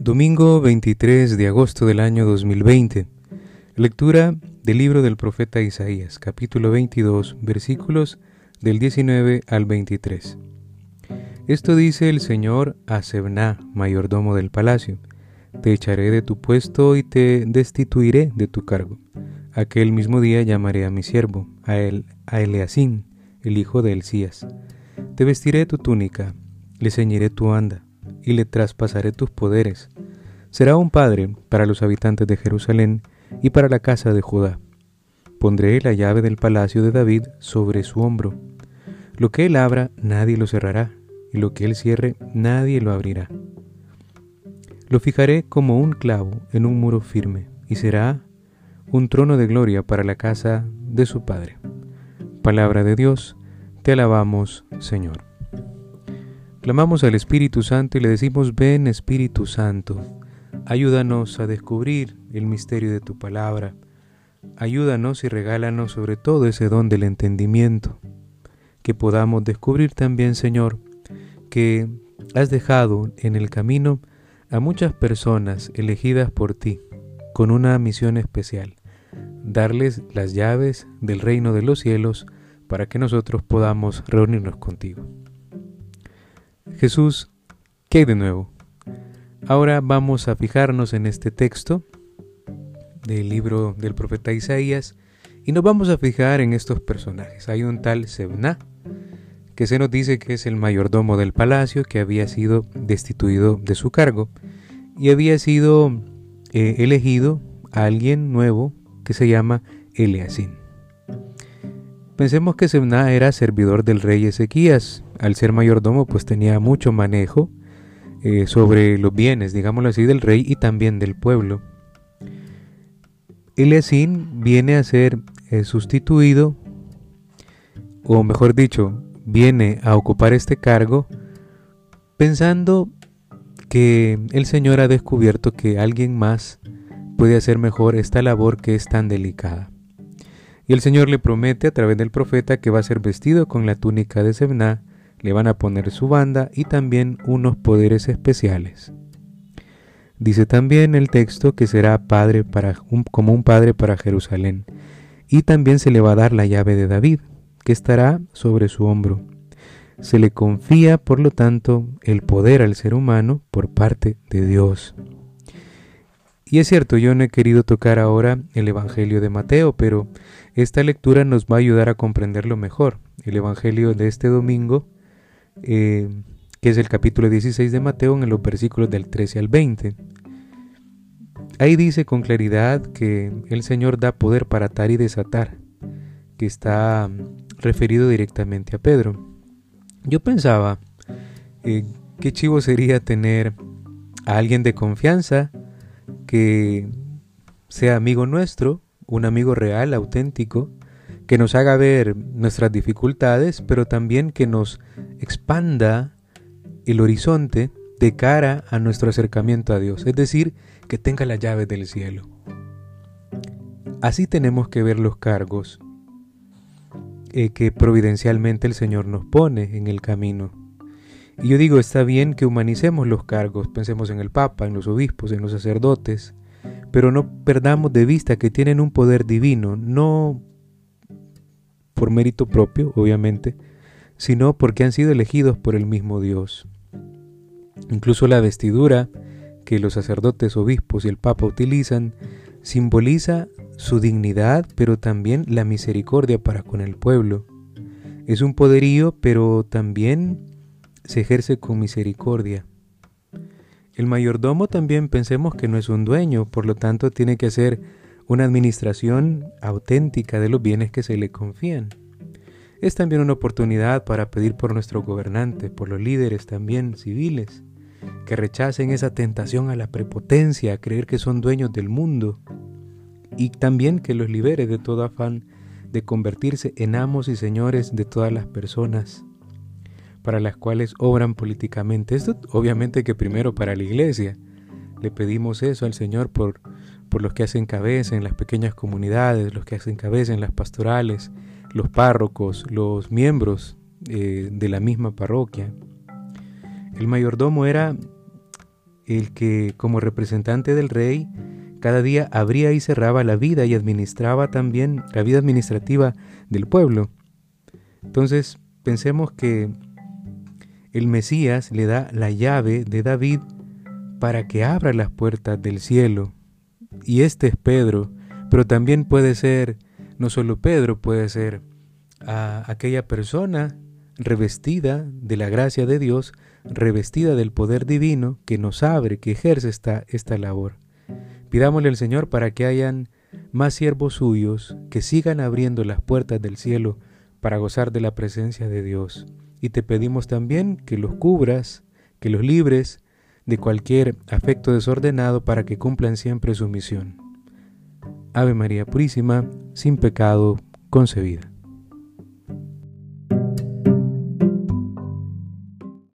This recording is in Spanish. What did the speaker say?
Domingo 23 de agosto del año 2020. Lectura del libro del profeta Isaías, capítulo 22, versículos del 19 al 23. Esto dice el Señor a Sebna, mayordomo del palacio: te echaré de tu puesto y te destituiré de tu cargo. Aquel mismo día llamaré a mi siervo, a Eleazín, el hijo de Hilcías. Te vestiré tu túnica, le ceñiré tu anda, y le traspasaré tus poderes. Será un padre para los habitantes de Jerusalén y para la casa de Judá. Pondré la llave del palacio de David sobre su hombro. Lo que él abra, nadie lo cerrará, y lo que él cierre, nadie lo abrirá. Lo fijaré como un clavo en un muro firme, y será un trono de gloria para la casa de su padre. Palabra de Dios, te alabamos, Señor. Clamamos al Espíritu Santo y le decimos: ven, Espíritu Santo, ayúdanos a descubrir el misterio de tu palabra. Ayúdanos y regálanos sobre todo ese don del entendimiento, que podamos descubrir también, Señor, que has dejado en el camino a muchas personas elegidas por ti, con una misión especial: darles las llaves del reino de los cielos para que nosotros podamos reunirnos contigo. Jesús, ¿qué hay de nuevo? Ahora vamos a fijarnos en este texto del libro del profeta Isaías y nos vamos a fijar en estos personajes. Hay un tal Sebna, que se nos dice que es el mayordomo del palacio, que había sido destituido de su cargo y había sido elegido a alguien nuevo que se llama Eleazín. Pensemos que Sebna era servidor del rey Ezequías. Al ser mayordomo, pues tenía mucho manejo sobre los bienes, digámoslo así, del rey y también del pueblo. Eleazín viene a ser sustituido, o mejor dicho, viene a ocupar este cargo pensando que el Señor ha descubierto que alguien más puede hacer mejor esta labor que es tan delicada. Y el Señor le promete a través del profeta que va a ser vestido con la túnica de Sebna, le van a poner su banda y también unos poderes especiales. Dice también el texto que será padre como un padre para Jerusalén, y también se le va a dar la llave de David, que estará sobre su hombro. Se le confía, por lo tanto, el poder al ser humano por parte de Dios. Y es cierto, yo no he querido tocar ahora el Evangelio de Mateo, pero esta lectura nos va a ayudar a comprenderlo mejor. El Evangelio de este domingo, que es el capítulo 16 de Mateo, en los versículos del 13 al 20. Ahí dice con claridad que el Señor da poder para atar y desatar, que está referido directamente a Pedro. Yo pensaba, qué chivo sería tener a alguien de confianza que sea amigo nuestro, un amigo real, auténtico, que nos haga ver nuestras dificultades, pero también que nos expanda el horizonte de cara a nuestro acercamiento a Dios, es decir, que tenga las llaves del cielo. Así tenemos que ver los cargos que providencialmente el Señor nos pone en el camino. Y yo digo, está bien que humanicemos los cargos, pensemos en el Papa, en los obispos, en los sacerdotes, pero no perdamos de vista que tienen un poder divino, no por mérito propio, obviamente, sino porque han sido elegidos por el mismo Dios. Incluso la vestidura que los sacerdotes, obispos y el Papa utilizan simboliza su dignidad, pero también la misericordia para con el pueblo. Es un poderío, pero también se ejerce con misericordia. El mayordomo también pensemos que no es un dueño, por lo tanto tiene que hacer una administración auténtica de los bienes que se le confían. Es también una oportunidad para pedir por nuestros gobernantes, por los líderes también civiles, que rechacen esa tentación a la prepotencia, a creer que son dueños del mundo, y también que los libere de todo afán de convertirse en amos y señores de todas las personas para las cuales obran políticamente. Esto obviamente que primero para la iglesia. Le pedimos eso al Señor por los que hacen cabeza en las pequeñas comunidades, los que hacen cabeza en las pastorales, los párrocos, los miembros de la misma parroquia. El mayordomo era el que como representante del rey cada día abría y cerraba la vida y administraba también la vida administrativa del pueblo. Entonces pensemos que el Mesías le da la llave de David para que abra las puertas del cielo. Y este es Pedro, pero también puede ser, no solo Pedro, puede ser aquella persona revestida de la gracia de Dios, revestida del poder divino, que nos abre, que ejerce esta labor. Pidámosle al Señor para que hayan más siervos suyos que sigan abriendo las puertas del cielo para gozar de la presencia de Dios. Y te pedimos también que los cubras, que los libres de cualquier afecto desordenado para que cumplan siempre su misión. Ave María Purísima, sin pecado concebida.